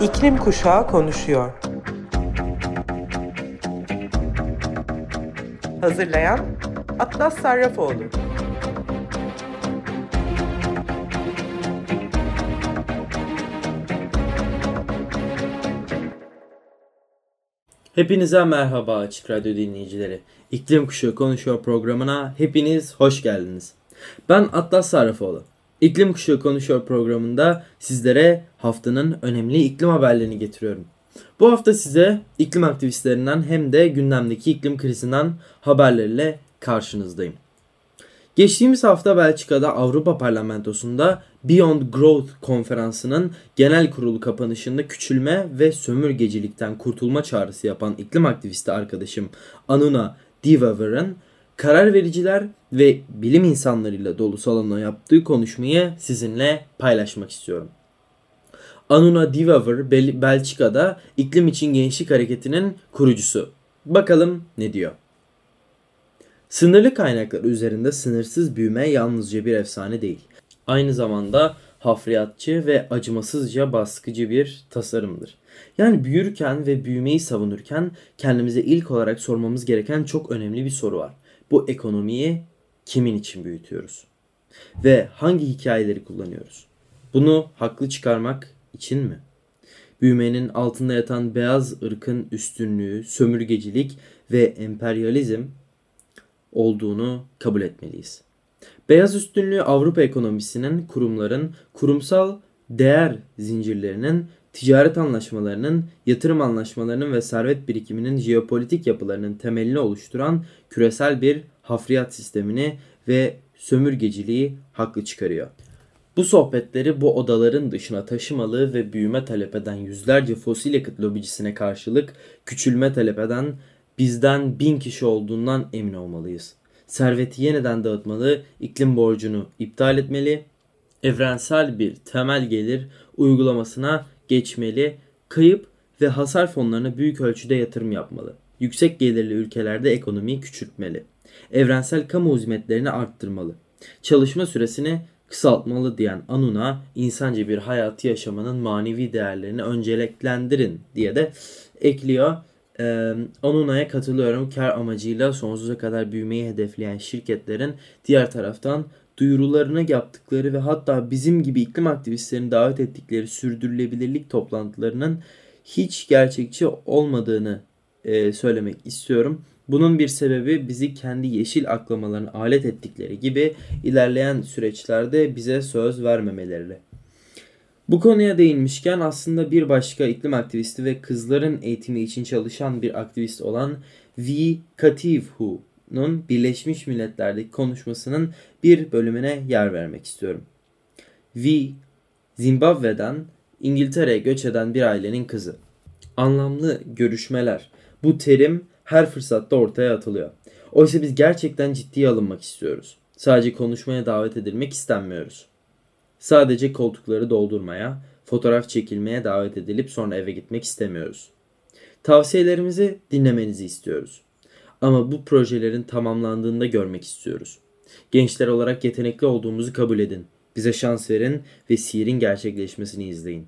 İklim Kuşağı konuşuyor. Hazırlayan Atlas Sarrafoğlu. Hepinize merhaba Açık Radyo dinleyicileri. İklim Kuşağı konuşuyor programına hepiniz hoş geldiniz. Ben Atlas Sarrafoğlu. İklim Kuşağı konuşuyor programında sizlere haftanın önemli iklim haberlerini getiriyorum. Bu hafta size iklim aktivistlerinden hem de gündemdeki iklim krizinden haberlerle karşınızdayım. Geçtiğimiz hafta Belçika'da Avrupa Parlamentosu'nda Beyond Growth konferansının genel kurulu kapanışında küçülme ve sömürgecilikten kurtulma çağrısı yapan iklim aktivisti arkadaşım Anuna Divaver'ın karar vericiler ve bilim insanlarıyla dolu salonda yaptığı konuşmayı sizinle paylaşmak istiyorum. Anuna Divaver Belçika'da iklim için gençlik hareketinin kurucusu. Bakalım ne diyor? Sınırlı kaynaklar üzerinde sınırsız büyüme yalnızca bir efsane değil. Aynı zamanda hafriyatçı ve acımasızca baskıcı bir tasarımdır. Yani büyürken ve büyümeyi savunurken kendimize ilk olarak sormamız gereken çok önemli bir soru var. Bu ekonomiyi kimin için büyütüyoruz? Ve hangi hikayeleri kullanıyoruz? Bunu haklı çıkarmak için mi? Büyümenin altında yatan beyaz ırkın üstünlüğü, sömürgecilik ve emperyalizm olduğunu kabul etmeliyiz. Beyaz üstünlüğü Avrupa ekonomisinin, kurumların, kurumsal değer zincirlerinin, ticaret anlaşmalarının, yatırım anlaşmalarının ve servet birikiminin jeopolitik yapılarının temelini oluşturan küresel bir hafriyat sistemini ve sömürgeciliği haklı çıkarıyor. Bu sohbetleri bu odaların dışına taşımalı ve büyüme talep eden yüzlerce fosil yakıt lobicisine karşılık küçülme talep eden bizden 1000 kişi olduğundan emin olmalıyız. Serveti yeniden dağıtmalı, iklim borcunu iptal etmeli, evrensel bir temel gelir uygulamasına geçmeli, kayıp ve hasar fonlarına büyük ölçüde yatırım yapmalı. Yüksek gelirli ülkelerde ekonomiyi küçültmeli. Evrensel kamu hizmetlerini arttırmalı. Çalışma süresini kısaltmalı diyen Anuna, insanca bir hayatı yaşamanın manevi değerlerini önceliklendirin diye de ekliyor. Anuna'ya katılıyorum. Kar amacıyla sonsuza kadar büyümeyi hedefleyen şirketlerin diğer taraftan duyurularını yaptıkları ve hatta bizim gibi iklim aktivistlerini davet ettikleri sürdürülebilirlik toplantılarının hiç gerçekçi olmadığını söylemek istiyorum. Bunun bir sebebi bizi kendi yeşil aklamalarına alet ettikleri gibi ilerleyen süreçlerde bize söz vermemeleri. Bu konuya değinmişken aslında bir başka iklim aktivisti ve kızların eğitimi için çalışan bir aktivist olan V. Kativu'nun Birleşmiş Milletler'deki konuşmasının bir bölümüne yer vermek istiyorum. V. Zimbabwe'den İngiltere'ye göç eden bir ailenin kızı. Anlamlı görüşmeler. Bu terim her fırsatta ortaya atılıyor. Oysa biz gerçekten ciddiye alınmak istiyoruz. Sadece konuşmaya davet edilmek istenmiyoruz. Sadece koltukları doldurmaya, fotoğraf çekilmeye davet edilip sonra eve gitmek istemiyoruz. Tavsiyelerimizi dinlemenizi istiyoruz. Ama bu projelerin tamamlandığında görmek istiyoruz. Gençler olarak yetenekli olduğumuzu kabul edin. Bize şans verin ve sihirin gerçekleşmesini izleyin.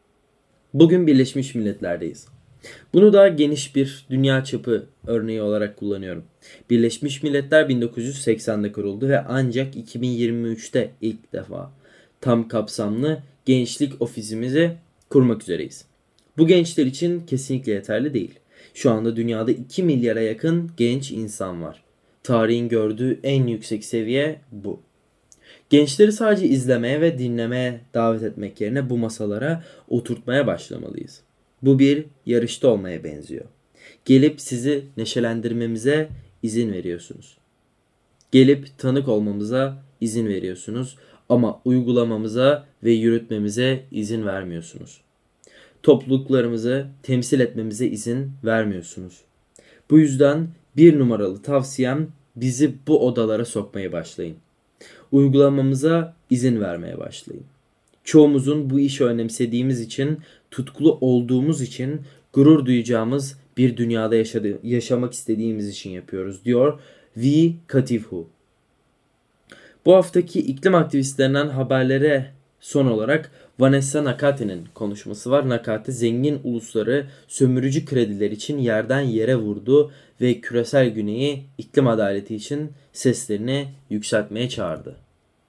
Bugün Birleşmiş Milletler'deyiz. Bunu daha geniş bir dünya çapı örneği olarak kullanıyorum. Birleşmiş Milletler 1980'de kuruldu ve ancak 2023'te ilk defa tam kapsamlı gençlik ofisimizi kurmak üzereyiz. Bu gençler için kesinlikle yeterli değil. Şu anda dünyada 2 milyara yakın genç insan var. Tarihin gördüğü en yüksek seviye bu. Gençleri sadece izlemeye ve dinlemeye davet etmek yerine bu masalara oturtmaya başlamalıyız. Bu bir yarışta olmaya benziyor. Gelip sizi neşelendirmemize izin veriyorsunuz. Gelip tanık olmamıza izin veriyorsunuz ama uygulamamıza ve yürütmemize izin vermiyorsunuz. Topluluklarımızı temsil etmemize izin vermiyorsunuz. Bu yüzden bir numaralı tavsiyem bizi bu odalara sokmaya başlayın. Uygulamamıza izin vermeye başlayın. Çoğumuzun bu işi önemsediğimiz için, tutkulu olduğumuz için, gurur duyacağımız bir dünyada yaşamak istediğimiz için yapıyoruz diyor V. Kativu. Bu haftaki iklim aktivistlerinden haberlere Son olarak Vanessa Nakate'nin konuşması var. Nakate zengin ulusları sömürücü krediler için yerden yere vurdu ve küresel güneyi iklim adaleti için seslerini yükseltmeye çağırdı.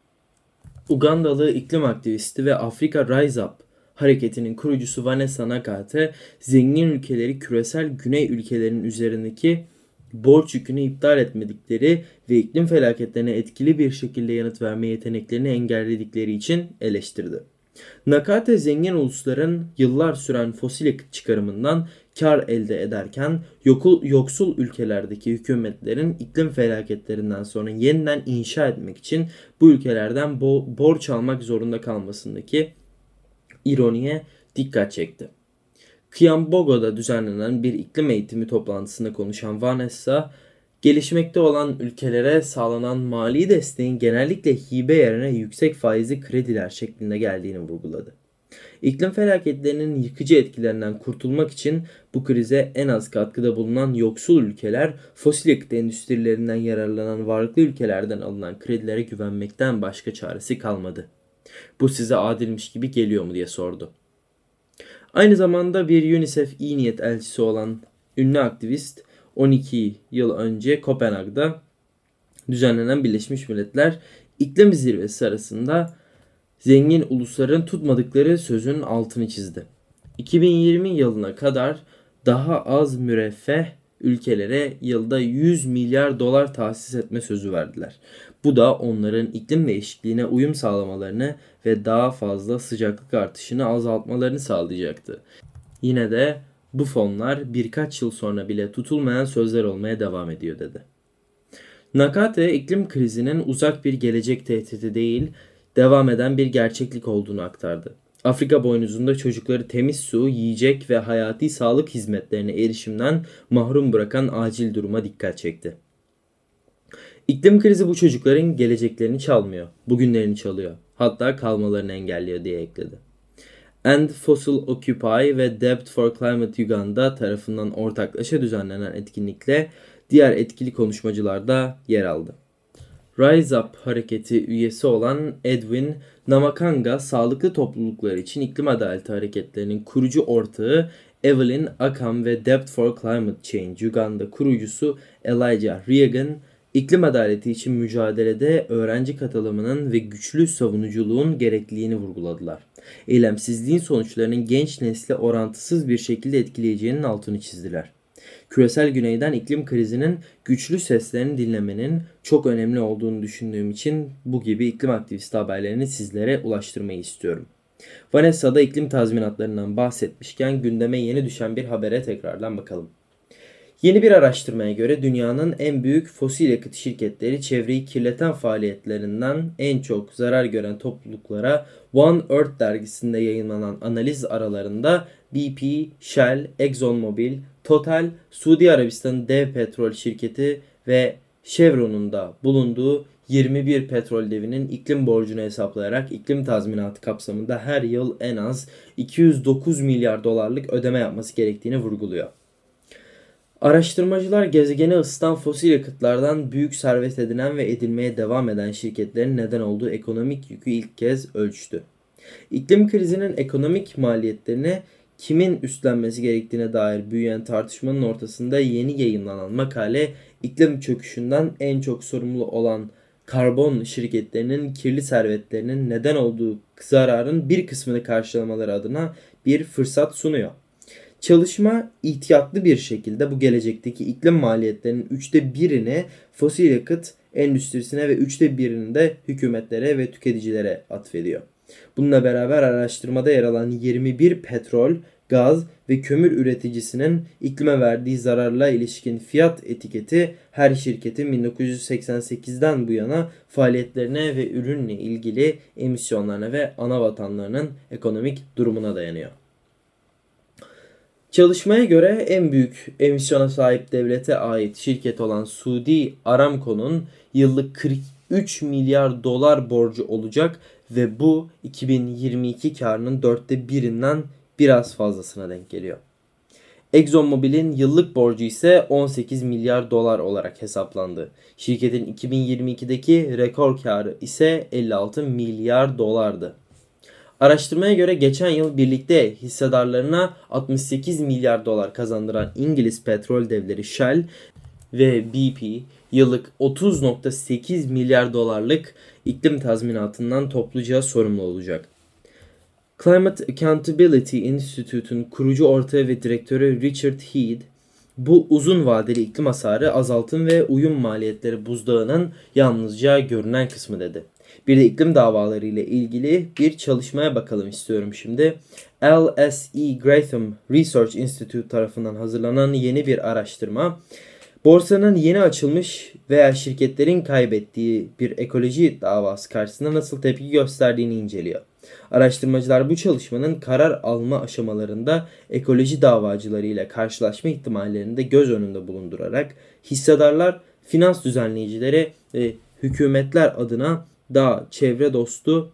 Ugandalı iklim aktivisti ve Afrika Rise Up hareketinin kurucusu Vanessa Nakate, zengin ülkeleri küresel güney ülkelerinin üzerindeki borç yükünü iptal etmedikleri ve iklim felaketlerine etkili bir şekilde yanıt verme yeteneklerini engelledikleri için eleştirdi. Nakate, zengin ulusların yıllar süren fosil yakıt çıkarımından kar elde ederken yoksul ülkelerdeki hükümetlerin iklim felaketlerinden sonra yeniden inşa etmek için bu ülkelerden borç almak zorunda kalmasındaki ironiye dikkat çekti. Kiambogo'da düzenlenen bir iklim eğitimi toplantısında konuşan Vanessa, gelişmekte olan ülkelere sağlanan mali desteğin genellikle hibe yerine yüksek faizli krediler şeklinde geldiğini vurguladı. İklim felaketlerinin yıkıcı etkilerinden kurtulmak için bu krize en az katkıda bulunan yoksul ülkeler, fosil yakıt endüstrilerinden yararlanan varlıklı ülkelerden alınan kredilere güvenmekten başka çaresi kalmadı. Bu size adilmiş gibi geliyor mu diye sordu. Aynı zamanda bir UNICEF iyi niyet elçisi olan ünlü aktivist 12 yıl önce Kopenhag'da düzenlenen Birleşmiş Milletler İklim Zirvesi sırasında zengin ulusların tutmadıkları sözün altını çizdi. 2020 yılına kadar daha az müreffeh ülkelere yılda 100 milyar dolar tahsis etme sözü verdiler. Bu da onların iklim değişikliğine uyum sağlamalarını ve daha fazla sıcaklık artışını azaltmalarını sağlayacaktı. Yine de bu fonlar birkaç yıl sonra bile tutulmayan sözler olmaya devam ediyor dedi. Nakate, iklim krizinin uzak bir gelecek tehdidi değil, devam eden bir gerçeklik olduğunu aktardı. Afrika boynuzunda çocukları temiz su, yiyecek ve hayati sağlık hizmetlerine erişimden mahrum bırakan acil duruma dikkat çekti. İklim krizi bu çocukların geleceklerini çalmıyor, bugünlerini çalıyor. Hatta kalmalarını engelliyor diye ekledi. End Fossil Occupy ve Debt for Climate Uganda tarafından ortaklaşa düzenlenen etkinlikle diğer etkili konuşmacılar da yer aldı. Rise Up hareketi üyesi olan Edwin Namakanga, sağlıklı topluluklar için iklim adaleti hareketlerinin kurucu ortağı Evelyn Akam ve Debt for Climate Change Uganda kurucusu Elijah Reagan, iklim adaleti için mücadelede öğrenci katılımının ve güçlü savunuculuğun gerekliliğini vurguladılar. Eylemsizliğin sonuçlarının genç nesli orantısız bir şekilde etkileyeceğinin altını çizdiler. Küresel güneyden iklim krizinin güçlü seslerini dinlemenin çok önemli olduğunu düşündüğüm için bu gibi iklim aktivisti haberlerini sizlere ulaştırmayı istiyorum. Vanessa da iklim tazminatlarından bahsetmişken gündeme yeni düşen bir habere tekrardan bakalım. Yeni bir araştırmaya göre dünyanın en büyük fosil yakıt şirketleri çevreyi kirleten faaliyetlerinden en çok zarar gören topluluklara One Earth dergisinde yayınlanan analiz aralarında BP, Shell, ExxonMobil, Total, Suudi Arabistan'ın dev petrol şirketi ve Chevron'un da bulunduğu 21 petrol devinin iklim borcunu hesaplayarak iklim tazminatı kapsamında her yıl en az 209 milyar dolarlık ödeme yapması gerektiğini vurguluyor. Araştırmacılar gezegeni ısıtan fosil yakıtlardan büyük servet edinen ve edinmeye devam eden şirketlerin neden olduğu ekonomik yükü ilk kez ölçtü. İklim krizinin ekonomik maliyetlerini kimin üstlenmesi gerektiğine dair büyüyen tartışmanın ortasında yeni yayınlanan makale, iklim çöküşünden en çok sorumlu olan karbon şirketlerinin kirli servetlerinin neden olduğu zararın bir kısmını karşılamaları adına bir fırsat sunuyor. Çalışma ihtiyatlı bir şekilde bu gelecekteki iklim maliyetlerinin 1/3'ini fosil yakıt endüstrisine ve 1/3'ini de hükümetlere ve tüketicilere atfediyor. Bununla beraber araştırmada yer alan 21 petrol, gaz ve kömür üreticisinin iklime verdiği zararla ilişkin fiyat etiketi her şirketin 1988'den bu yana faaliyetlerine ve ürünle ilgili emisyonlarına ve ana vatanlarının ekonomik durumuna dayanıyor. Çalışmaya göre en büyük emisyona sahip devlete ait şirket olan Suudi Aramco'nun yıllık 43 milyar dolar borcu olacak ve bu 2022 karının 1/4'inden biraz fazlasına denk geliyor. ExxonMobil'in yıllık borcu ise 18 milyar dolar olarak hesaplandı. Şirketin 2022'deki rekor karı ise 56 milyar dolardı. Araştırmaya göre geçen yıl birlikte hissedarlarına 68 milyar dolar kazandıran İngiliz petrol devleri Shell ve BP yıllık 30,8 milyar dolarlık iklim tazminatından topluca sorumlu olacak. Climate Accountability Institute'un kurucu ortağı ve direktörü Richard Head, bu uzun vadeli iklim hasarı azaltım ve uyum maliyetleri buzdağının yalnızca görünen kısmı dedi. Bir de iklim davaları ile ilgili bir çalışmaya bakalım istiyorum şimdi. LSE Gratham Research Institute tarafından hazırlanan yeni bir araştırma, borsanın yeni açılmış veya şirketlerin kaybettiği bir ekoloji davası karşısında nasıl tepki gösterdiğini inceliyor. Araştırmacılar bu çalışmanın karar alma aşamalarında ekoloji davacılarıyla karşılaşma ihtimallerini de göz önünde bulundurarak hissedarlar, finans düzenleyicileri ve hükümetler adına daha çevre dostu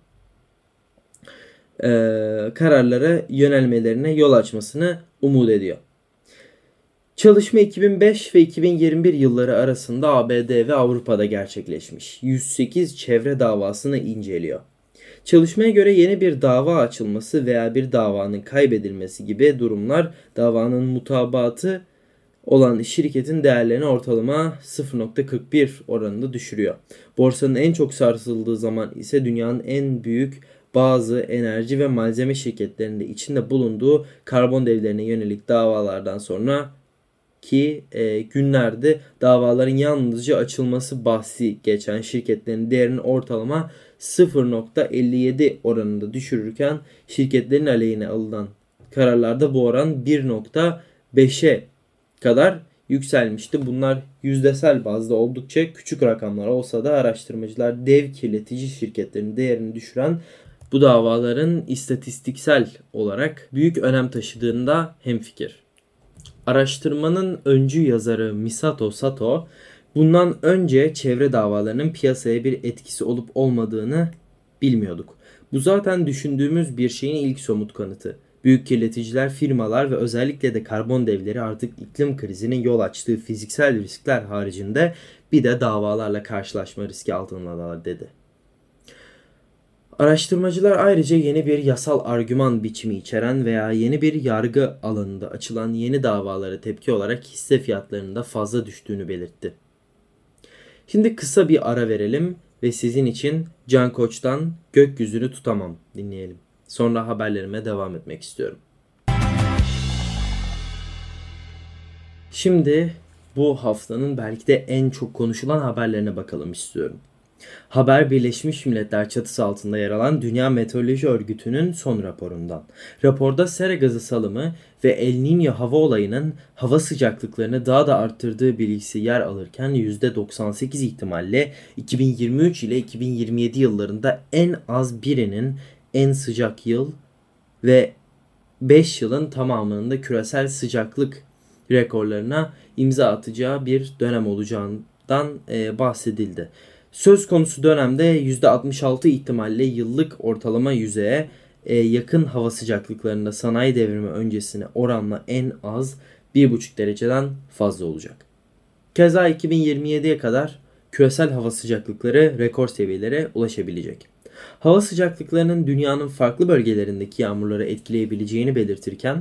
kararlara yönelmelerine yol açmasını umut ediyor. Çalışma 2005 ve 2021 yılları arasında ABD ve Avrupa'da gerçekleşmiş. 108 çevre davasını inceliyor. Çalışmaya göre yeni bir dava açılması veya bir davanın kaybedilmesi gibi durumlar davanın mutabatı olan şirketin değerlerini ortalama 0,41 oranında düşürüyor. Borsanın en çok sarsıldığı zaman ise dünyanın en büyük bazı enerji ve malzeme şirketlerinde içinde bulunduğu karbon devlerine yönelik davalardan sonra ki günlerde davaların yalnızca açılması bahsi geçen şirketlerin değerini ortalama 0,57 oranında düşürürken şirketlerin aleyhine alınan kararlarda bu oran 1,5'e kadar yükselmişti. Bunlar yüzdesel bazda oldukça küçük rakamlar olsa da araştırmacılar dev kirletici şirketlerin değerini düşüren bu davaların istatistiksel olarak büyük önem taşıdığında hemfikir. Araştırmanın öncü yazarı Misato Sato, bundan önce çevre davalarının piyasaya bir etkisi olup olmadığını bilmiyorduk. Bu zaten düşündüğümüz bir şeyin ilk somut kanıtı. Büyük kirleticiler, firmalar ve özellikle de karbon devleri artık iklim krizinin yol açtığı fiziksel riskler haricinde bir de davalarla karşılaşma riski altındalar dedi. Araştırmacılar ayrıca yeni bir yasal argüman biçimi içeren veya yeni bir yargı alanında açılan yeni davalara tepki olarak hisse fiyatlarının da fazla düştüğünü belirtti. Şimdi kısa bir ara verelim ve sizin için Can Koç'tan Gökyüzünü Tutamam dinleyelim. Sonra haberlerime devam etmek istiyorum. Şimdi bu haftanın belki de en çok konuşulan haberlerine bakalım istiyorum. Haber Birleşmiş Milletler çatısı altında yer alan Dünya Meteoroloji Örgütü'nün son raporundan. Raporda sera gazı salımı ve El Niño hava olayının hava sıcaklıklarını daha da arttırdığı bilgisi yer alırken %98 ihtimalle 2023 ile 2027 yıllarında en az birinin en sıcak yıl ve 5 yılın tamamında küresel sıcaklık rekorlarına imza atacağı bir dönem olacağından bahsedildi. Söz konusu dönemde %66 ihtimalle yıllık ortalama yüzeye yakın hava sıcaklıklarında sanayi devrimi öncesine oranla en az 1,5 dereceden fazla olacak. Keza 2027'ye kadar küresel hava sıcaklıkları rekor seviyelere ulaşabilecek. Hava sıcaklıklarının dünyanın farklı bölgelerindeki yağmurları etkileyebileceğini belirtirken,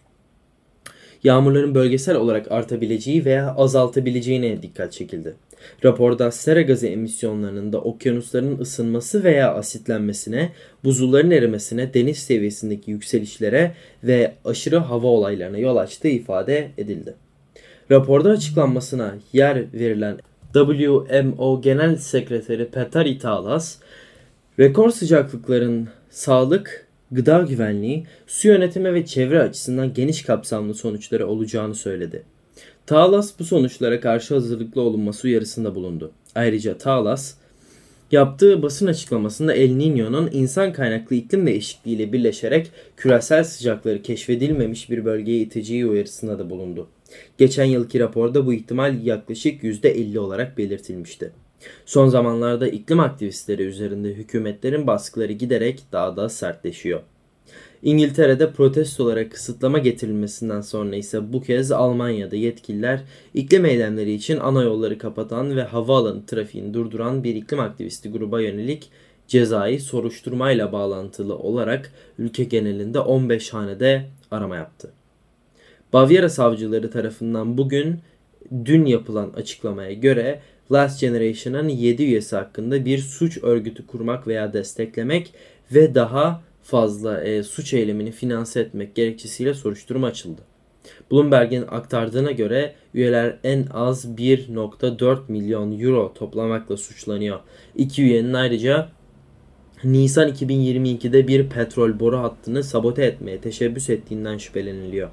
yağmurların bölgesel olarak artabileceği veya azaltabileceğine dikkat çekildi. Raporda sera gazı emisyonlarının da okyanusların ısınması veya asitlenmesine, buzulların erimesine, deniz seviyesindeki yükselişlere ve aşırı hava olaylarına yol açtığı ifade edildi. Raporda açıklanmasına yer verilen WMO Genel Sekreteri Petteri Taalas, rekor sıcaklıkların sağlık, gıda güvenliği, su yönetimi ve çevre açısından geniş kapsamlı sonuçları olacağını söyledi. Taalas bu sonuçlara karşı hazırlıklı olunması uyarısında bulundu. Ayrıca Taalas, yaptığı basın açıklamasında El Niño'nun insan kaynaklı iklim değişikliğiyle birleşerek küresel sıcakları keşfedilmemiş bir bölgeye iteceği uyarısında da bulundu. Geçen yılki raporda bu ihtimal yaklaşık %50 olarak belirtilmişti. Son zamanlarda iklim aktivistleri üzerinde hükümetlerin baskıları giderek daha da sertleşiyor. İngiltere'de protestolara kısıtlama getirilmesinden sonra ise bu kez Almanya'da yetkililer iklim eylemleri için ana yolları kapatan ve havaalanı trafiğini durduran bir iklim aktivisti gruba yönelik cezai soruşturmayla bağlantılı olarak ülke genelinde 15 hanede arama yaptı. Bavyera savcıları tarafından dün yapılan açıklamaya göre Last Generation'ın 7 üyesi hakkında bir suç örgütü kurmak veya desteklemek ve daha fazla suç eylemini finanse etmek gerekçesiyle soruşturma açıldı. Bloomberg'in aktardığına göre üyeler en az 1,4 milyon euro toplamakla suçlanıyor. İki üyenin ayrıca Nisan 2022'de bir petrol boru hattını sabote etmeye teşebbüs ettiğinden şüpheleniliyor.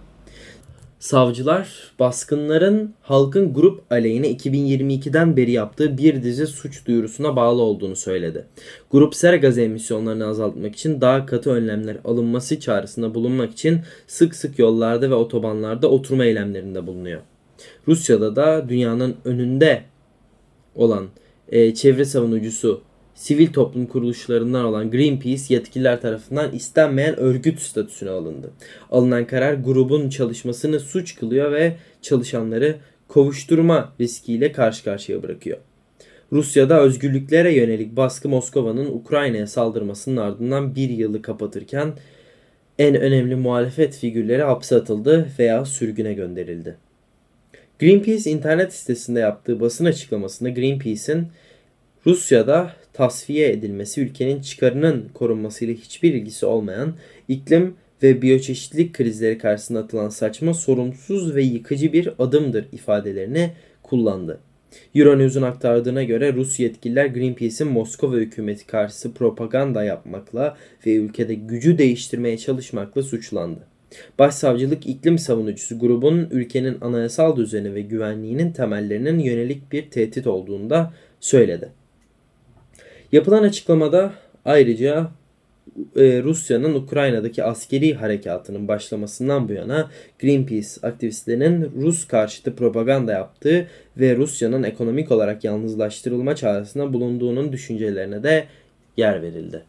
Savcılar baskınların halkın grup aleyhine 2022'den beri yaptığı bir dizi suç duyurusuna bağlı olduğunu söyledi. Grup sera gazı emisyonlarını azaltmak için daha katı önlemler alınması çağrısında bulunmak için sık sık yollarda ve otobanlarda oturma eylemlerinde bulunuyor. Rusya'da da dünyanın önünde olan çevre savunucusu sivil toplum kuruluşlarından olan Greenpeace yetkililer tarafından istenmeyen örgüt statüsüne alındı. Alınan karar grubun çalışmasını suç kılıyor ve çalışanları kovuşturma riskiyle karşı karşıya bırakıyor. Rusya'da özgürlüklere yönelik baskı Moskova'nın Ukrayna'ya saldırmasının ardından bir yılı kapatırken en önemli muhalefet figürleri hapse atıldı veya sürgüne gönderildi. Greenpeace internet sitesinde yaptığı basın açıklamasında Greenpeace'in Rusya'da tasfiye edilmesi ülkenin çıkarının korunmasıyla hiçbir ilgisi olmayan iklim ve biyoçeşitlilik krizleri karşısında atılan saçma, sorumsuz ve yıkıcı bir adımdır ifadelerini kullandı. Euronews'un aktardığına göre Rus yetkililer Greenpeace'in Moskova hükümeti karşısı propaganda yapmakla ve ülkede gücü değiştirmeye çalışmakla suçlandı. Başsavcılık iklim savunucusu grubun ülkenin anayasal düzeni ve güvenliğinin temellerinin yönelik bir tehdit olduğunu da söyledi. Yapılan açıklamada ayrıca Rusya'nın Ukrayna'daki askeri harekatının başlamasından bu yana Greenpeace aktivistlerinin Rus karşıtı propaganda yaptığı ve Rusya'nın ekonomik olarak yalnızlaştırılma çağrısında bulunduğunun düşüncelerine de yer verildi.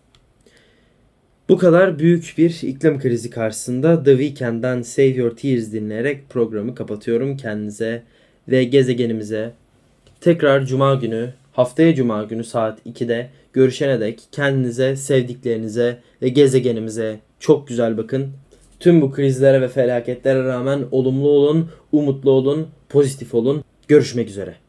Bu kadar büyük bir iklim krizi karşısında The Weeknd'den Save Your Tears dinleyerek programı kapatıyorum. Kendinize ve gezegenimize tekrar haftaya Cuma günü saat 2'de görüşene dek kendinize, sevdiklerinize ve gezegenimize çok güzel bakın. Tüm bu krizlere ve felaketlere rağmen olumlu olun, umutlu olun, pozitif olun. Görüşmek üzere.